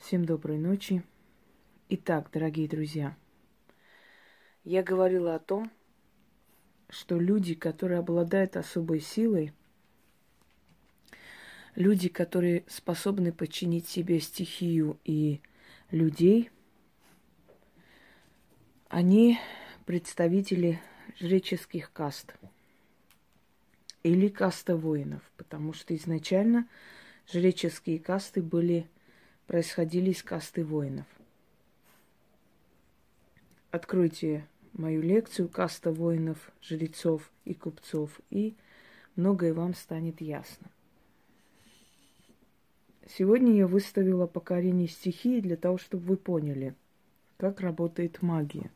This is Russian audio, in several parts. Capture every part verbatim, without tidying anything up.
Всем доброй ночи. Итак, дорогие друзья, я говорила о том, что люди, которые обладают особой силой, люди, которые способны подчинить себе стихию и людей, они представители жреческих каст или каста воинов, потому что изначально жреческие касты были, происходили из касты воинов. Откройте мою лекцию «Каста воинов, жрецов и купцов», и многое вам станет ясно. Сегодня я выставила покорение стихии для того, чтобы вы поняли, как работает магия.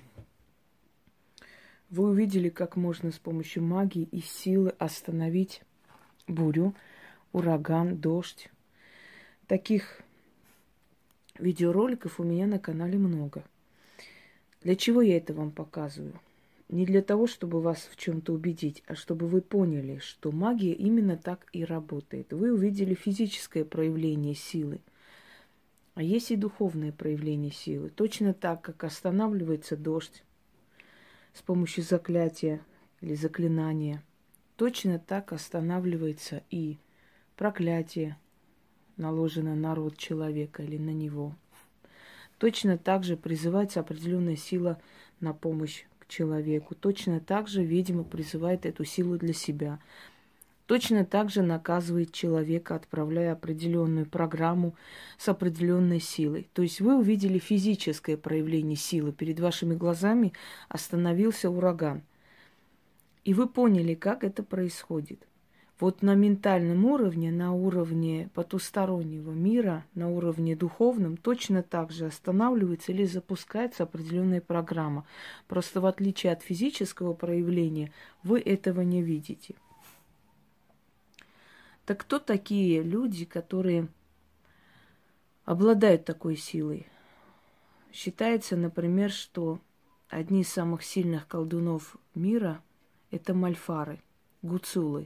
Вы увидели, как можно с помощью магии и силы остановить бурю, ураган, дождь. Таких видеороликов у меня на канале много. Для чего я это вам показываю? Не для того, чтобы вас в чем-то убедить, а чтобы вы поняли, что магия именно так и работает. Вы увидели физическое проявление силы, а есть и духовное проявление силы. Точно так, как останавливается дождь с помощью заклятия или заклинания, точно так останавливается и проклятие, наложенное на род человека или на него. Точно так же призывается определенная сила на помощь к человеку. Точно так же ведьма призывает эту силу для себя. Точно так же наказывает человека, отправляя определенную программу с определенной силой. То есть вы увидели физическое проявление силы. Перед вашими глазами остановился ураган. И вы поняли, как это происходит. Вот на ментальном уровне, на уровне потустороннего мира, на уровне духовном, точно так же останавливается или запускается определенная программа. Просто в отличие от физического проявления, вы этого не видите. Так кто такие люди, которые обладают такой силой? Считается, например, что одни из самых сильных колдунов мира – это мальфары, гуцулы.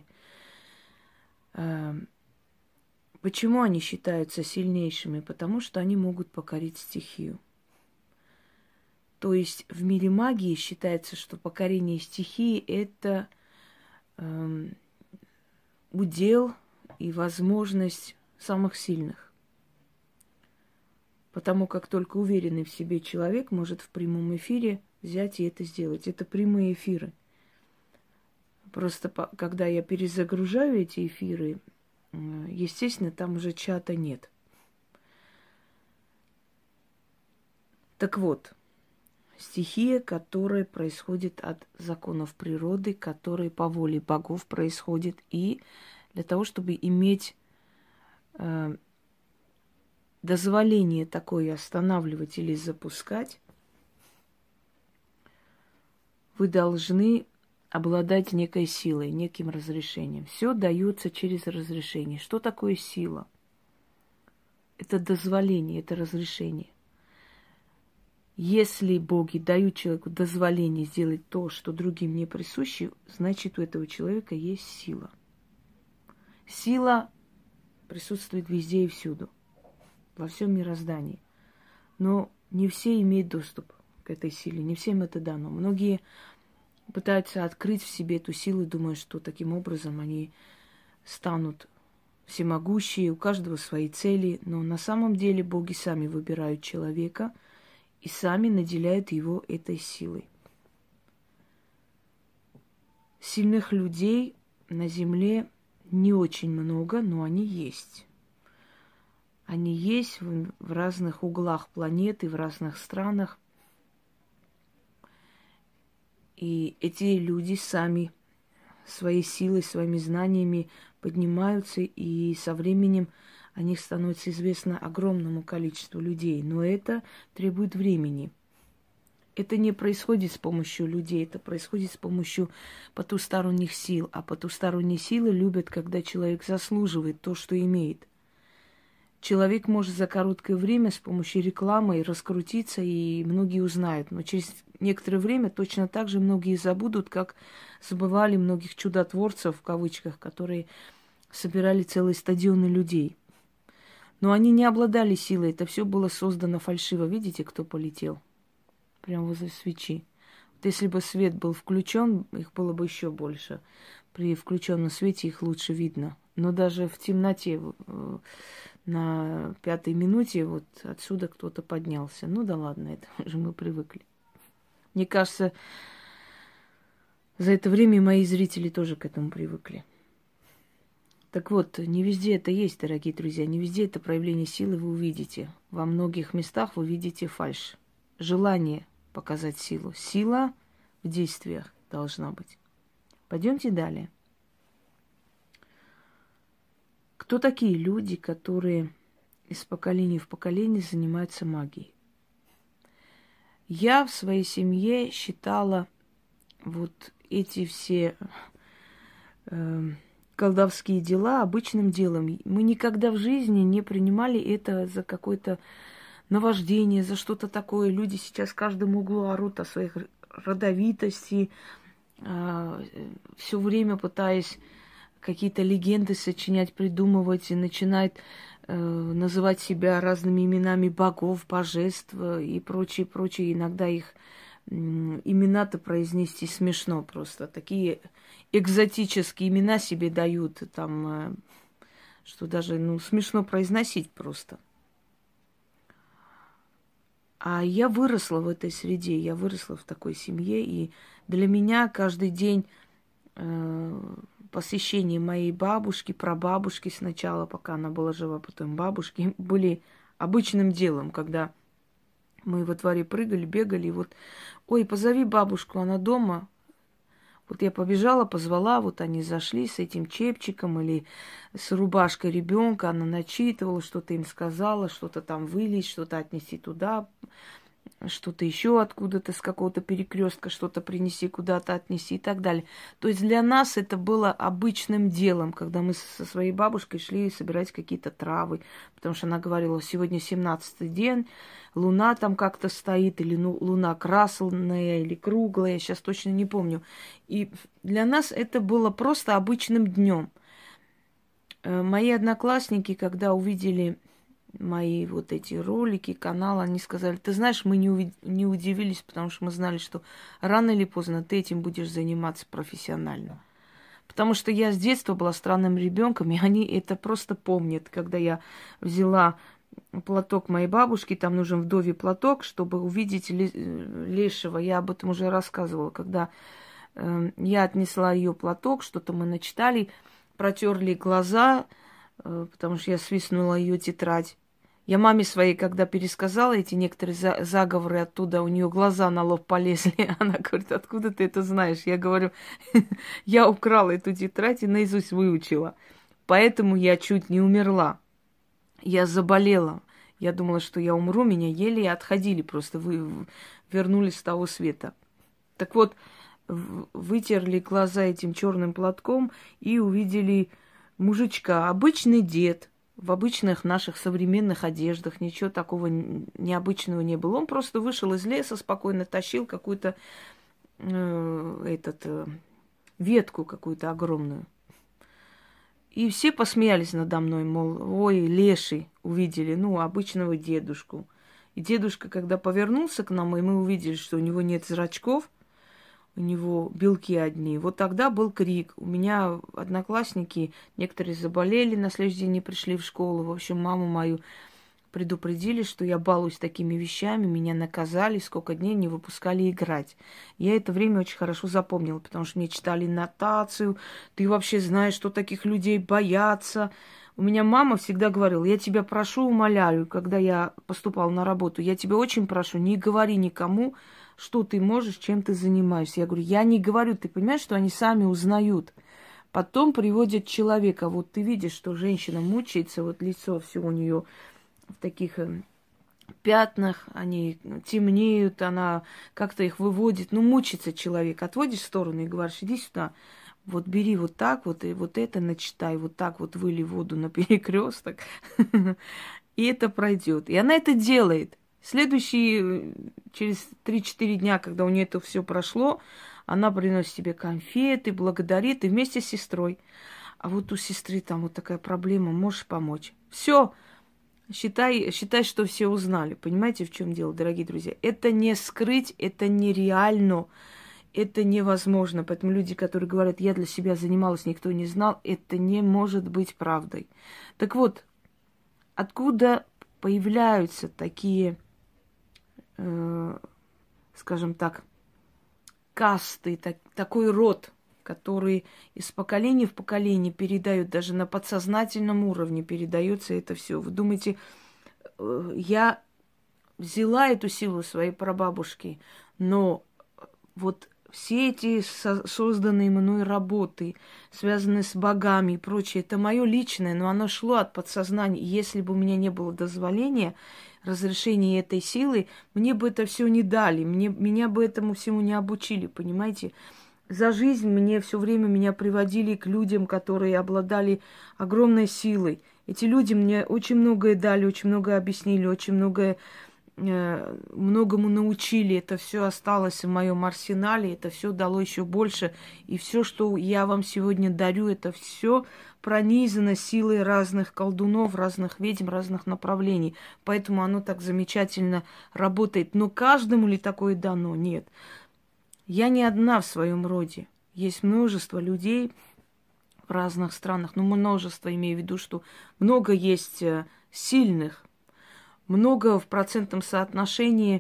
Почему они считаются сильнейшими? Потому что они могут покорить стихию. То есть в мире магии считается, что покорение стихии – это э, удел и возможность самых сильных. Потому как только уверенный в себе человек может в прямом эфире взять и это сделать. Это прямые эфиры. Просто когда я перезагружаю эти эфиры, естественно, там уже чата нет. Так вот, стихия, которая происходит от законов природы, которая по воле богов происходит, и для того, чтобы иметь э, дозволение такое останавливать или запускать, вы должны обладать некой силой, неким разрешением. Все дается через разрешение. Что такое сила? Это дозволение, это разрешение. Если боги дают человеку дозволение сделать то, что другим не присуще, значит, у этого человека есть сила. Сила присутствует везде и всюду, во всем мироздании. Но не все имеют доступ к этой силе, не всем это дано. Многие пытаются открыть в себе эту силу и думают, что таким образом они станут всемогущие, у каждого свои цели. Но на самом деле боги сами выбирают человека и сами наделяют его этой силой. Сильных людей на Земле не очень много, но они есть. Они есть в, в разных углах планеты, в разных странах. И эти люди сами своей силой, своими знаниями поднимаются, и со временем о них становится известно огромному количеству людей. Но это требует времени. Это не происходит с помощью людей, это происходит с помощью потусторонних сил. А потусторонние силы любят, когда человек заслуживает то, что имеет. Человек может за короткое время с помощью рекламы раскрутиться, и многие узнают. Но через некоторое время точно так же многие забудут, как забывали многих чудотворцев, в кавычках, которые собирали целые стадионы людей. Но они не обладали силой, это все было создано фальшиво. Видите, кто полетел? Прямо возле свечи. Вот если бы свет был включен, их было бы еще больше. При включенном свете их лучше видно. Но даже в темноте на пятой минуте вот отсюда кто-то поднялся. Ну да ладно, это уже мы привыкли. Мне кажется, за это время мои зрители тоже к этому привыкли. Так вот, не везде это есть, дорогие друзья, не везде это проявление силы вы увидите. Во многих местах вы видите фальшь. Желание показать силу. Сила в действиях должна быть. Пойдемте далее. Кто такие люди, которые из поколения в поколение занимаются магией? Я в своей семье считала вот эти все э, колдовские дела обычным делом. Мы никогда в жизни не принимали это за какое-то наваждение, за что-то такое. Люди сейчас в каждом углу орут о своих родовитости, э, все время пытаясь какие-то легенды сочинять, придумывать, и начинает э, называть себя разными именами богов, божеств и прочее, прочее. Иногда их э, имена-то произнести смешно просто. Такие экзотические имена себе дают, там, э, что даже ну, смешно произносить просто. А я выросла в этой среде, я выросла в такой семье, и для меня каждый день э, посещение моей бабушки, прабабушки сначала, пока она была жива, потом бабушки, были обычным делом, когда мы во дворе прыгали, бегали, и вот, ой, позови бабушку, она дома. Вот я побежала, позвала, вот они зашли с этим чепчиком или с рубашкой ребенка, она начитывала, что-то им сказала, что-то там вылить, что-то отнести туда, что-то еще откуда-то с какого-то перекрестка, что-то принеси, куда-то отнеси и так далее. То есть для нас это было обычным делом, когда мы со своей бабушкой шли собирать какие-то травы, потому что она говорила, сегодня семнадцатый день, луна там как-то стоит, или ну, луна красная, или круглая, я сейчас точно не помню. И для нас это было просто обычным днем. Мои одноклассники, когда увидели мои вот эти ролики, каналы, они сказали, ты знаешь, мы не, уви- не удивились, потому что мы знали, что рано или поздно ты этим будешь заниматься профессионально. Потому что я с детства была странным ребенком, и они это просто помнят. Когда я взяла платок моей бабушки, там нужен вдовий платок, чтобы увидеть лешего, я об этом уже рассказывала. Когда э, я отнесла ее платок, что-то мы начитали, протерли глаза, э, потому что я свистнула ее тетрадь. Я маме своей, когда пересказала эти некоторые за- заговоры оттуда, у нее глаза на лоб полезли. Она говорит, откуда ты это знаешь? Я говорю, я украла эту тетрадь и наизусть выучила. Поэтому я чуть не умерла. Я заболела. Я думала, что я умру, меня еле отходили просто, вы вернулись с того света. Так вот, вытерли глаза этим черным платком и увидели мужичка, обычный дед, в обычных наших современных одеждах, ничего такого необычного не было. Он просто вышел из леса, спокойно тащил какую-то э, этот, э, ветку какую-то огромную. И все посмеялись надо мной, мол, ой, леший, увидели, ну, обычного дедушку. И дедушка, когда повернулся к нам, и мы увидели, что у него нет зрачков, у него белки одни. Вот тогда был крик. У меня одноклассники, некоторые заболели, на следующий день не пришли в школу. В общем, маму мою предупредили, что я балуюсь такими вещами, меня наказали, сколько дней не выпускали играть. Я это время очень хорошо запомнила, потому что мне читали нотацию. Ты вообще знаешь, что таких людей боятся. У меня мама всегда говорила, я тебя прошу, умоляю, когда я поступала на работу, я тебя очень прошу, не говори никому, что ты можешь, чем ты занимаешься. Я говорю, я не говорю, ты понимаешь, что они сами узнают. Потом приводят человека. Вот ты видишь, что женщина мучается, вот лицо все у нее в таких пятнах, они темнеют, она как-то их выводит. Ну, мучится человек. Отводишь в сторону и говоришь, иди сюда. Вот бери вот так вот, и вот это начитай, вот так вот выли воду на перекресток. И это пройдет. И она это делает. Следующие, через три-четыре дня, когда у нее это все прошло, она приносит тебе конфеты, благодарит, и вместе с сестрой. А вот у сестры там вот такая проблема, можешь помочь. Все, Считай, считай, что все узнали. Понимаете, в чем дело, дорогие друзья? Это не скрыть, это нереально, это невозможно. Поэтому люди, которые говорят, я для себя занималась, никто не знал, это не может быть правдой. Так вот, откуда появляются такие, э, скажем так, касты, так, такой род, который из поколения в поколение передают, даже на подсознательном уровне передается это все. Вы думаете, я взяла эту силу своей прабабушки, но вот все эти со- созданные мной работы, связанные с богами и прочее, это мое личное, но оно шло от подсознания. И если бы у меня не было дозволения, разрешения этой силы, мне бы это все не дали, мне, меня бы этому всему не обучили, понимаете? За жизнь мне все время меня приводили к людям, которые обладали огромной силой. Эти люди мне очень многое дали, очень многое объяснили, очень многое, э, многому научили. Это все осталось в моем арсенале, это все дало еще больше. И все, что я вам сегодня дарю, это все пронизано силой разных колдунов, разных ведьм, разных направлений. Поэтому оно так замечательно работает. Но каждому ли такое дано? Нет. Я не одна в своем роде. Есть множество людей в разных странах. Ну, множество, имею в виду, что много есть сильных, много в процентном соотношении.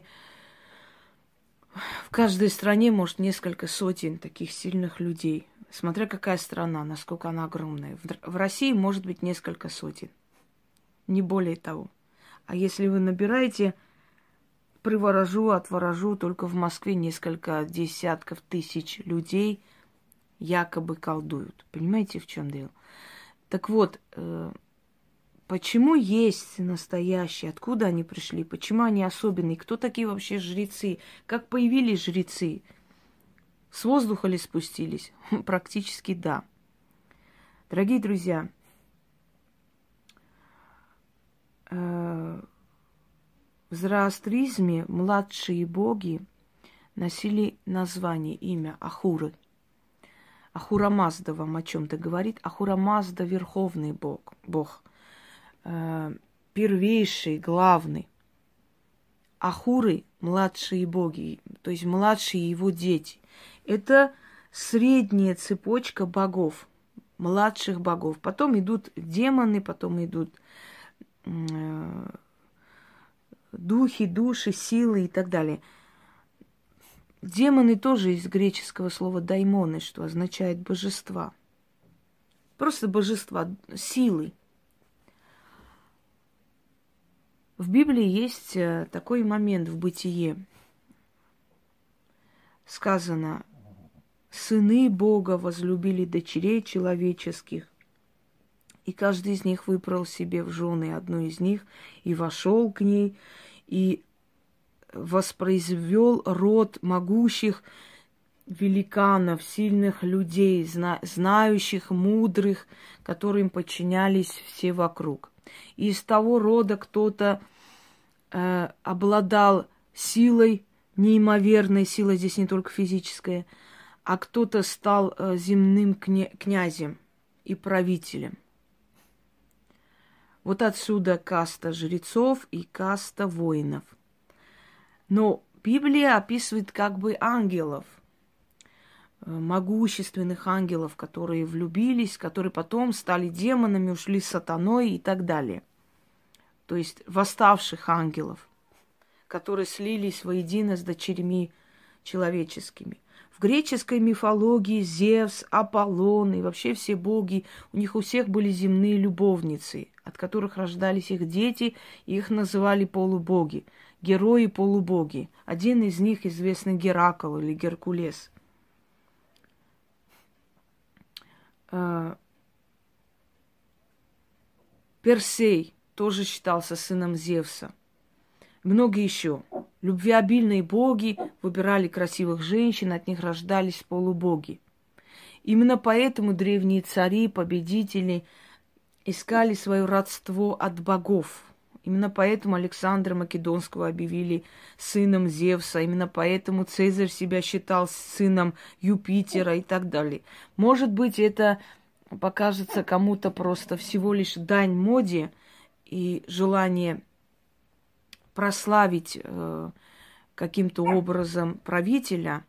В каждой стране, может, несколько сотен таких сильных людей. Смотря какая страна, насколько она огромная. В России может быть несколько сотен. Не более того. А если вы набираете... Приворожу, отворожу, только в Москве несколько десятков тысяч людей якобы колдуют. Понимаете, в чем дело? Так вот, э, почему есть настоящие? Откуда они пришли? Почему они особенные? Кто такие вообще жрецы? Как появились жрецы? С воздуха ли спустились? Практически да. Дорогие друзья, э, в зороастризме младшие боги носили название, имя Ахуры. Ахура Мазда вам о чем-то говорит. Ахура Мазда – верховный бог, бог э, первейший, главный. Ахуры – младшие боги, то есть младшие его дети. Это средняя цепочка богов, младших богов. Потом идут демоны, потом идут... Э, духи, души, силы и так далее. Демоны тоже из греческого слова даймоны, что означает божества. Просто божества, силы. В Библии есть такой момент в бытие. Сказано, сыны Бога возлюбили дочерей человеческих, и каждый из них выбрал себе в жены одну из них и вошел к ней, и воспроизвел род могущих великанов, сильных людей, зна- знающих, мудрых, которым подчинялись все вокруг. И из того рода кто-то э, обладал силой, неимоверной силой, здесь не только физическая, а кто-то стал э, земным кня- князем и правителем. Вот отсюда каста жрецов и каста воинов. Но Библия описывает как бы ангелов, могущественных ангелов, которые влюбились, которые потом стали демонами, ушли с сатаной и так далее. То есть восставших ангелов, которые слились воедино с дочерьми человеческими. В греческой мифологии Зевс, Аполлон и вообще все боги, у них у всех были земные любовницы, от которых рождались их дети, и их называли полубоги, герои-полубоги. Один из них известный Геракл или Геркулес. Персей тоже считался сыном Зевса. Многие еще. Любвеобильные боги выбирали красивых женщин, от них рождались полубоги. Именно поэтому древние цари, победители искали свое родство от богов. Именно поэтому Александра Македонского объявили сыном Зевса. Именно поэтому Цезарь себя считал сыном Юпитера и так далее. Может быть, это покажется кому-то просто всего лишь дань моде, и желание прославить э, каким-то образом правителя.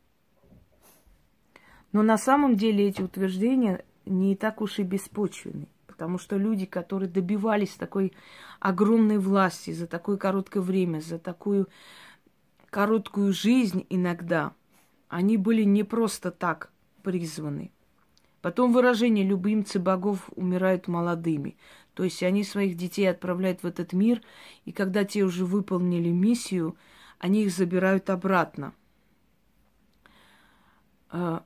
Но на самом деле эти утверждения не так уж и беспочвенны. Потому что люди, которые добивались такой огромной власти за такое короткое время, за такую короткую жизнь иногда, они были не просто так призваны. Потом выражение «любимцы богов умирают молодыми». То есть они своих детей отправляют в этот мир, и когда те уже выполнили миссию, они их забирают обратно. В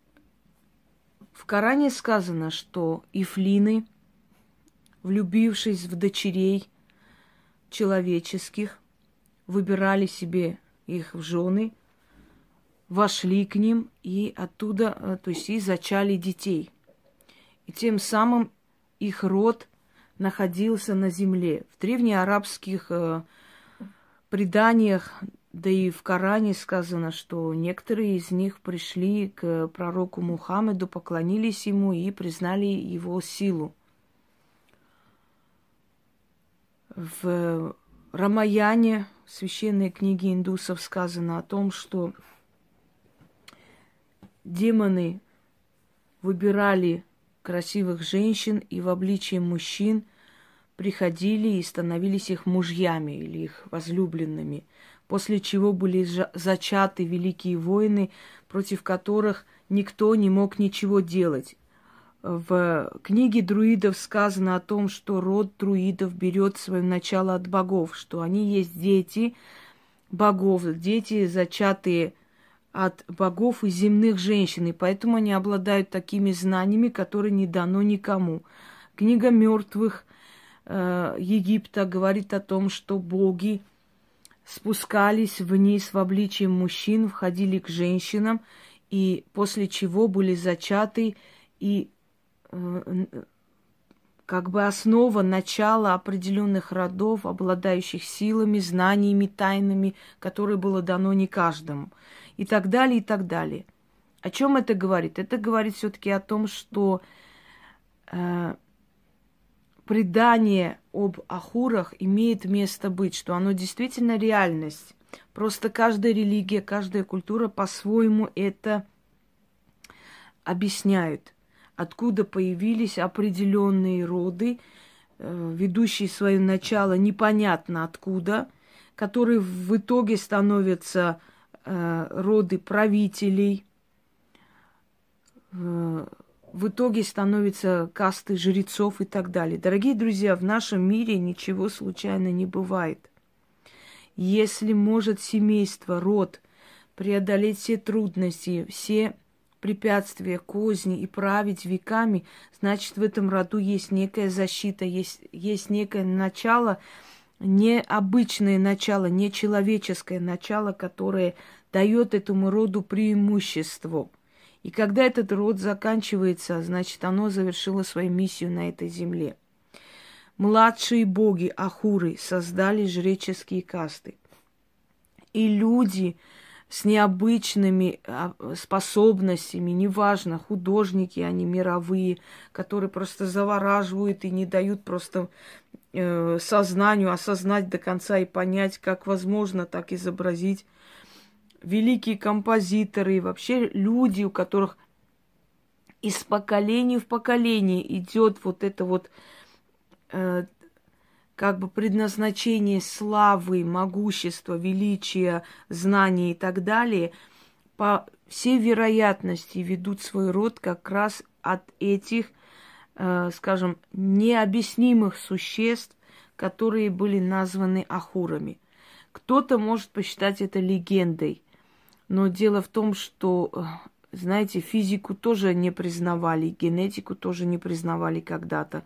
Коране сказано, что ифлины, влюбившись в дочерей человеческих, выбирали себе их в жены, вошли к ним и оттуда, то есть и зачали детей. И тем самым их род находился на земле. В древнеарабских э, преданиях, да и в Коране сказано, что некоторые из них пришли к пророку Мухаммеду, поклонились ему и признали его силу. В Рамаяне, священной книге индусов, сказано о том, что демоны выбирали красивых женщин и в обличии мужчин приходили и становились их мужьями или их возлюбленными, после чего были зачаты великие войны, против которых никто не мог ничего делать. В книге друидов сказано о том, что род друидов берет свое начало от богов, что они есть дети богов, дети, зачатые от богов и земных женщин, и поэтому они обладают такими знаниями, которые не дано никому. Книга мертвых э, Египта говорит о том, что боги спускались вниз в обличье мужчин, входили к женщинам, и после чего были зачаты, и э, как бы основа, начала определенных родов, обладающих силами, знаниями, тайнами, которые было дано не каждому. И так далее, и так далее. О чем это говорит? Это говорит все-таки о том, что э, предание об ахурах имеет место быть, что оно действительно реальность. Просто каждая религия, каждая культура по-своему это объясняет. Откуда появились определенные роды, э, ведущие свое начало непонятно откуда, которые в итоге становятся роды правителей, в итоге становятся касты жрецов и так далее. Дорогие друзья, в нашем мире ничего случайно не бывает. Если может семейство, род преодолеть все трудности, все препятствия, козни и править веками, значит, в этом роду есть некая защита, есть, есть некое начало, необычное начало, нечеловеческое начало, которое дает этому роду преимущество. И когда этот род заканчивается, значит, оно завершило свою миссию на этой земле. Младшие боги, ахуры, создали жреческие касты. И люди с необычными способностями, неважно, художники, они мировые, которые просто завораживают и не дают просто э, сознанию осознать до конца и понять, как возможно так изобразить. Великие композиторы, вообще люди, у которых из поколения в поколение идет вот это вот э, как бы предназначение славы, могущества, величия, знаний и так далее, по всей вероятности ведут свой род как раз от этих, э, скажем, необъяснимых существ, которые были названы ахурами. Кто-то может посчитать это легендой, но дело в том, что, знаете, физику тоже не признавали, генетику тоже не признавали когда-то.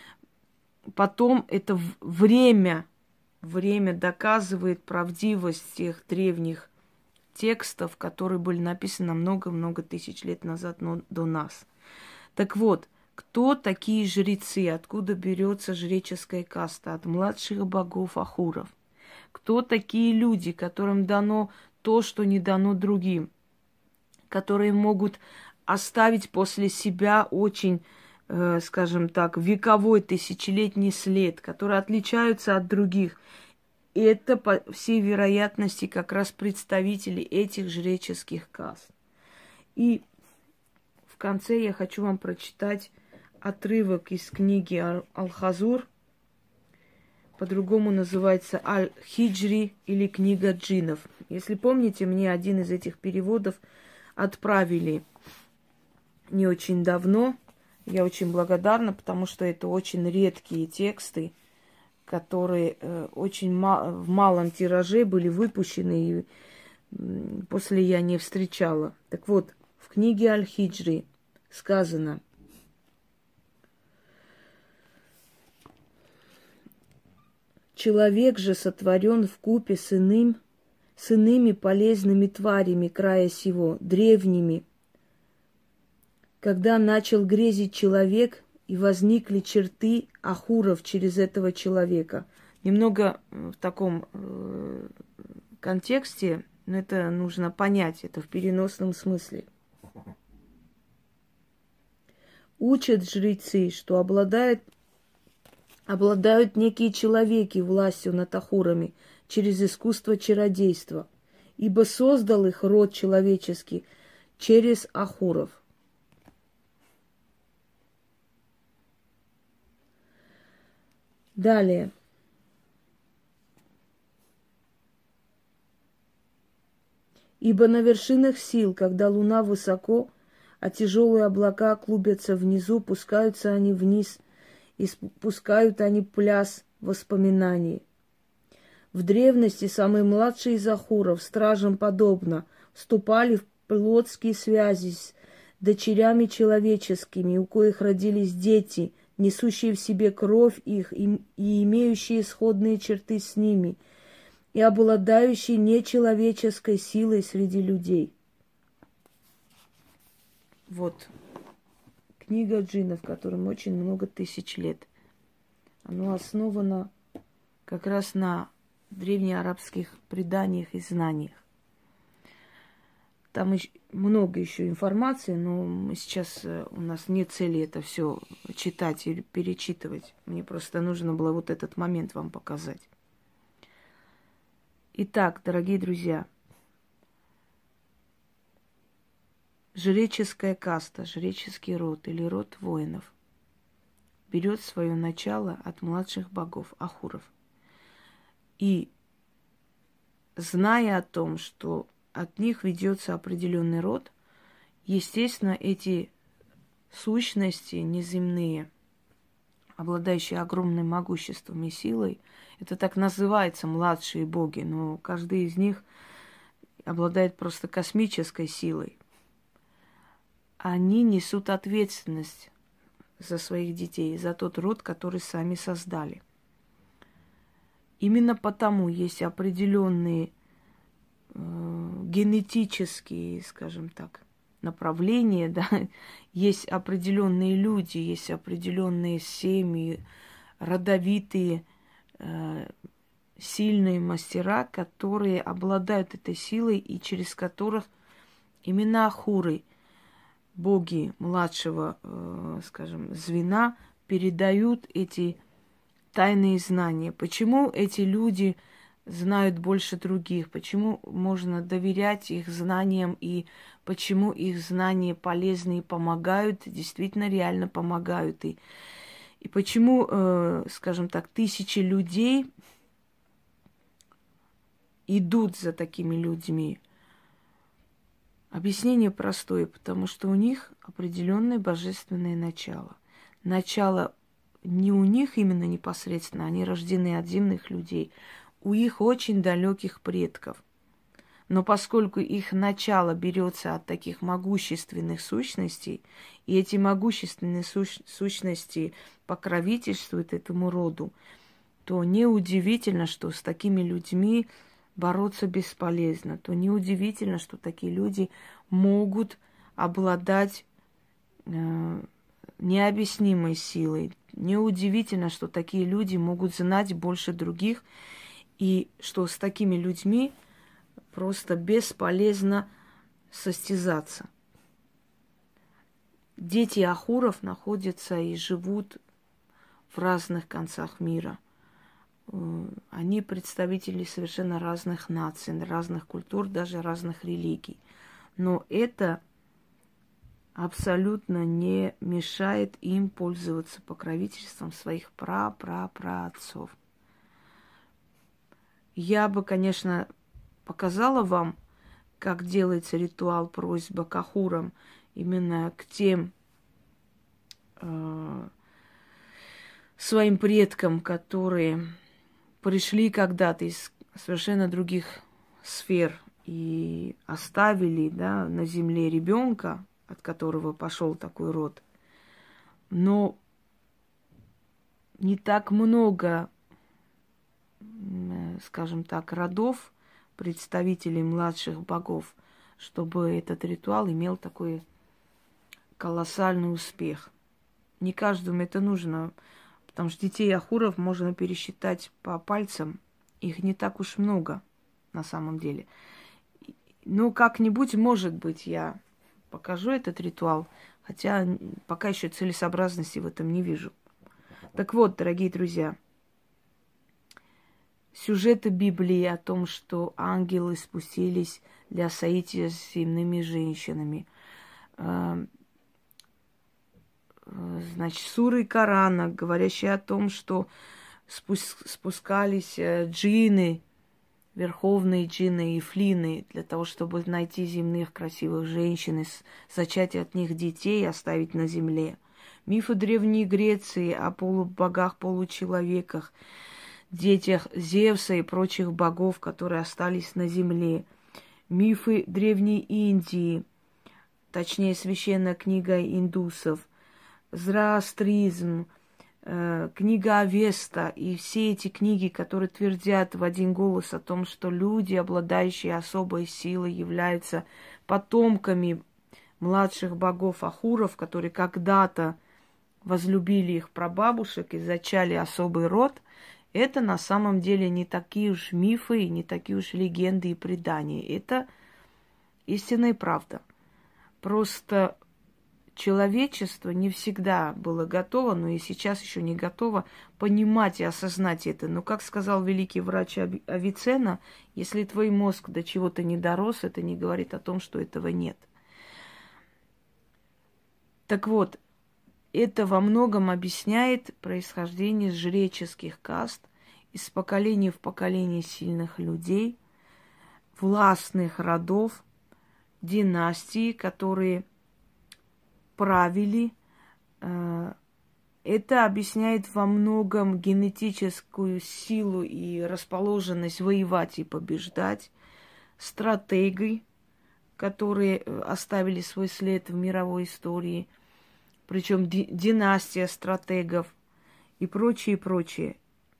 Потом это время, время доказывает правдивость тех древних текстов, которые были написаны много-много тысяч лет назад, но до нас. Так вот, кто такие жрецы? Откуда берется жреческая каста? От младших богов ахуров. Кто такие люди, которым дано то, что не дано другим? Которые могут оставить после себя очень э, скажем так, вековой, тысячелетний след, которые отличаются от других. И это, по всей вероятности, как раз представители этих жреческих каст. И в конце я хочу вам прочитать отрывок из книги Аль-Хазур. По-другому называется Аль-Хиджри или книга джиннов. Если помните, мне один из этих переводов отправили не очень давно. Я очень благодарна, потому что это очень редкие тексты, которые э, очень ма- в малом тираже были выпущены, и э, после я не встречала. Так вот, в книге Аль-Хиджри сказано: человек же сотворен вкупе с иным, с иными полезными тварями края сего, древними. Когда начал грезить человек, и возникли черты ахуров через этого человека. Немного в таком э, контексте, но это нужно понять, это в переносном смысле. Учат жрецы, что обладают, обладают некие человеки властью над ахурами через искусство чародейства, ибо создал их род человеческий через ахуров. Далее. Ибо на вершинах сил, когда луна высоко, а тяжелые облака клубятся внизу, пускаются они вниз, и спускают они пляс воспоминаний. В древности самые младшие из ахуров, стражам подобно, вступали в плотские связи с дочерями человеческими, у коих родились дети, несущие в себе кровь их и, и имеющие сходные черты с ними, и обладающие нечеловеческой силой среди людей. Вот книга джиннов, которым очень много тысяч лет. Оно основано как раз на древнеарабских преданиях и знаниях. Там много еще информации, но мы сейчас, у нас нет цели это все читать или перечитывать. Мне просто нужно было вот этот момент вам показать. Итак, дорогие друзья, жреческая каста, жреческий род или род воинов берет свое начало от младших богов, ахуров. И зная о том, что от них ведется определенный род, естественно, эти сущности неземные, обладающие огромным могуществом и силой, это так называется младшие боги, но каждый из них обладает просто космической силой. Они несут ответственность за своих детей, за тот род, который сами создали. Именно потому есть определенные э, генетические, скажем так, направления, да, есть определенные люди, есть определенные семьи, родовитые, э, сильные мастера, которые обладают этой силой и через которых именно ахуры, боги младшего, э, скажем, звена, передают эти тайные знания. Почему эти люди знают больше других? Почему можно доверять их знаниям и почему их знания полезны и помогают, действительно реально помогают? И, и почему, э, скажем так, тысячи людей идут за такими людьми? Объяснение простое, потому что у них определенное божественное начало. Начало не у них именно непосредственно, они рождены от земных людей, у их очень далеких предков. Но поскольку их начало берется от таких могущественных сущностей, и эти могущественные сущ- сущности покровительствуют этому роду, то неудивительно, что с такими людьми бороться бесполезно, то неудивительно, что такие люди могут обладать э, необъяснимой силой. Неудивительно, что такие люди могут знать больше других, и что с такими людьми просто бесполезно состязаться. Дети ахуров находятся и живут в разных концах мира. Они представители совершенно разных наций, разных культур, даже разных религий. Но это абсолютно не мешает им пользоваться покровительством своих пра-пра-праотцов. Я бы, конечно, показала вам, как делается ритуал просьба к ахурам именно к тем э, своим предкам, которые пришли когда-то из совершенно других сфер и оставили, да, на земле ребенка, от которого пошел такой род. Но не так много, скажем так, родов, представителей младших богов, чтобы этот ритуал имел такой колоссальный успех. Не каждому это нужно, потому что детей ахуров можно пересчитать по пальцам. Их не так уж много на самом деле. Ну, как-нибудь, может быть, я покажу этот ритуал, хотя пока еще целесообразности в этом не вижу. Так вот, дорогие друзья, сюжеты Библии о том, что ангелы спустились для соития с земными женщинами. Значит, суры Корана, говорящие о том, что спускались джинны, верховные джинны и флины, для того, чтобы найти земных красивых женщин, зачать от них детей и оставить на земле. Мифы Древней Греции о полубогах, получеловеках, детях Зевса и прочих богов, которые остались на земле. Мифы Древней Индии, точнее, священная книга индусов, зороастризм, э, книга Авеста и все эти книги, которые твердят в один голос о том, что люди, обладающие особой силой, являются потомками младших богов ахуров, которые когда-то возлюбили их прабабушек и зачали особый род, это на самом деле не такие уж мифы, и не такие уж легенды и предания. Это истинная правда. Просто человечество не всегда было готово, но и сейчас еще не готово понимать и осознать это. Но, как сказал великий врач Авиценна, если твой мозг до чего-то не дорос, это не говорит о том, что этого нет. Так вот, это во многом объясняет происхождение жреческих каст из поколения в поколение сильных людей, властных родов, династий, которые правили. Это объясняет во многом генетическую силу и расположенность воевать и побеждать, стратегий, которые оставили свой след в мировой истории, причем ди- династия стратегов и прочее, прочее.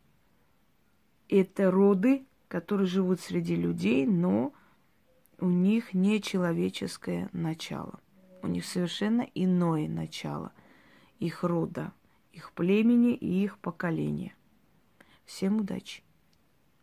Это роды, которые живут среди людей, но у них не человеческое начало. У них совершенно иное начало их рода, их племени и их поколения. Всем удачи!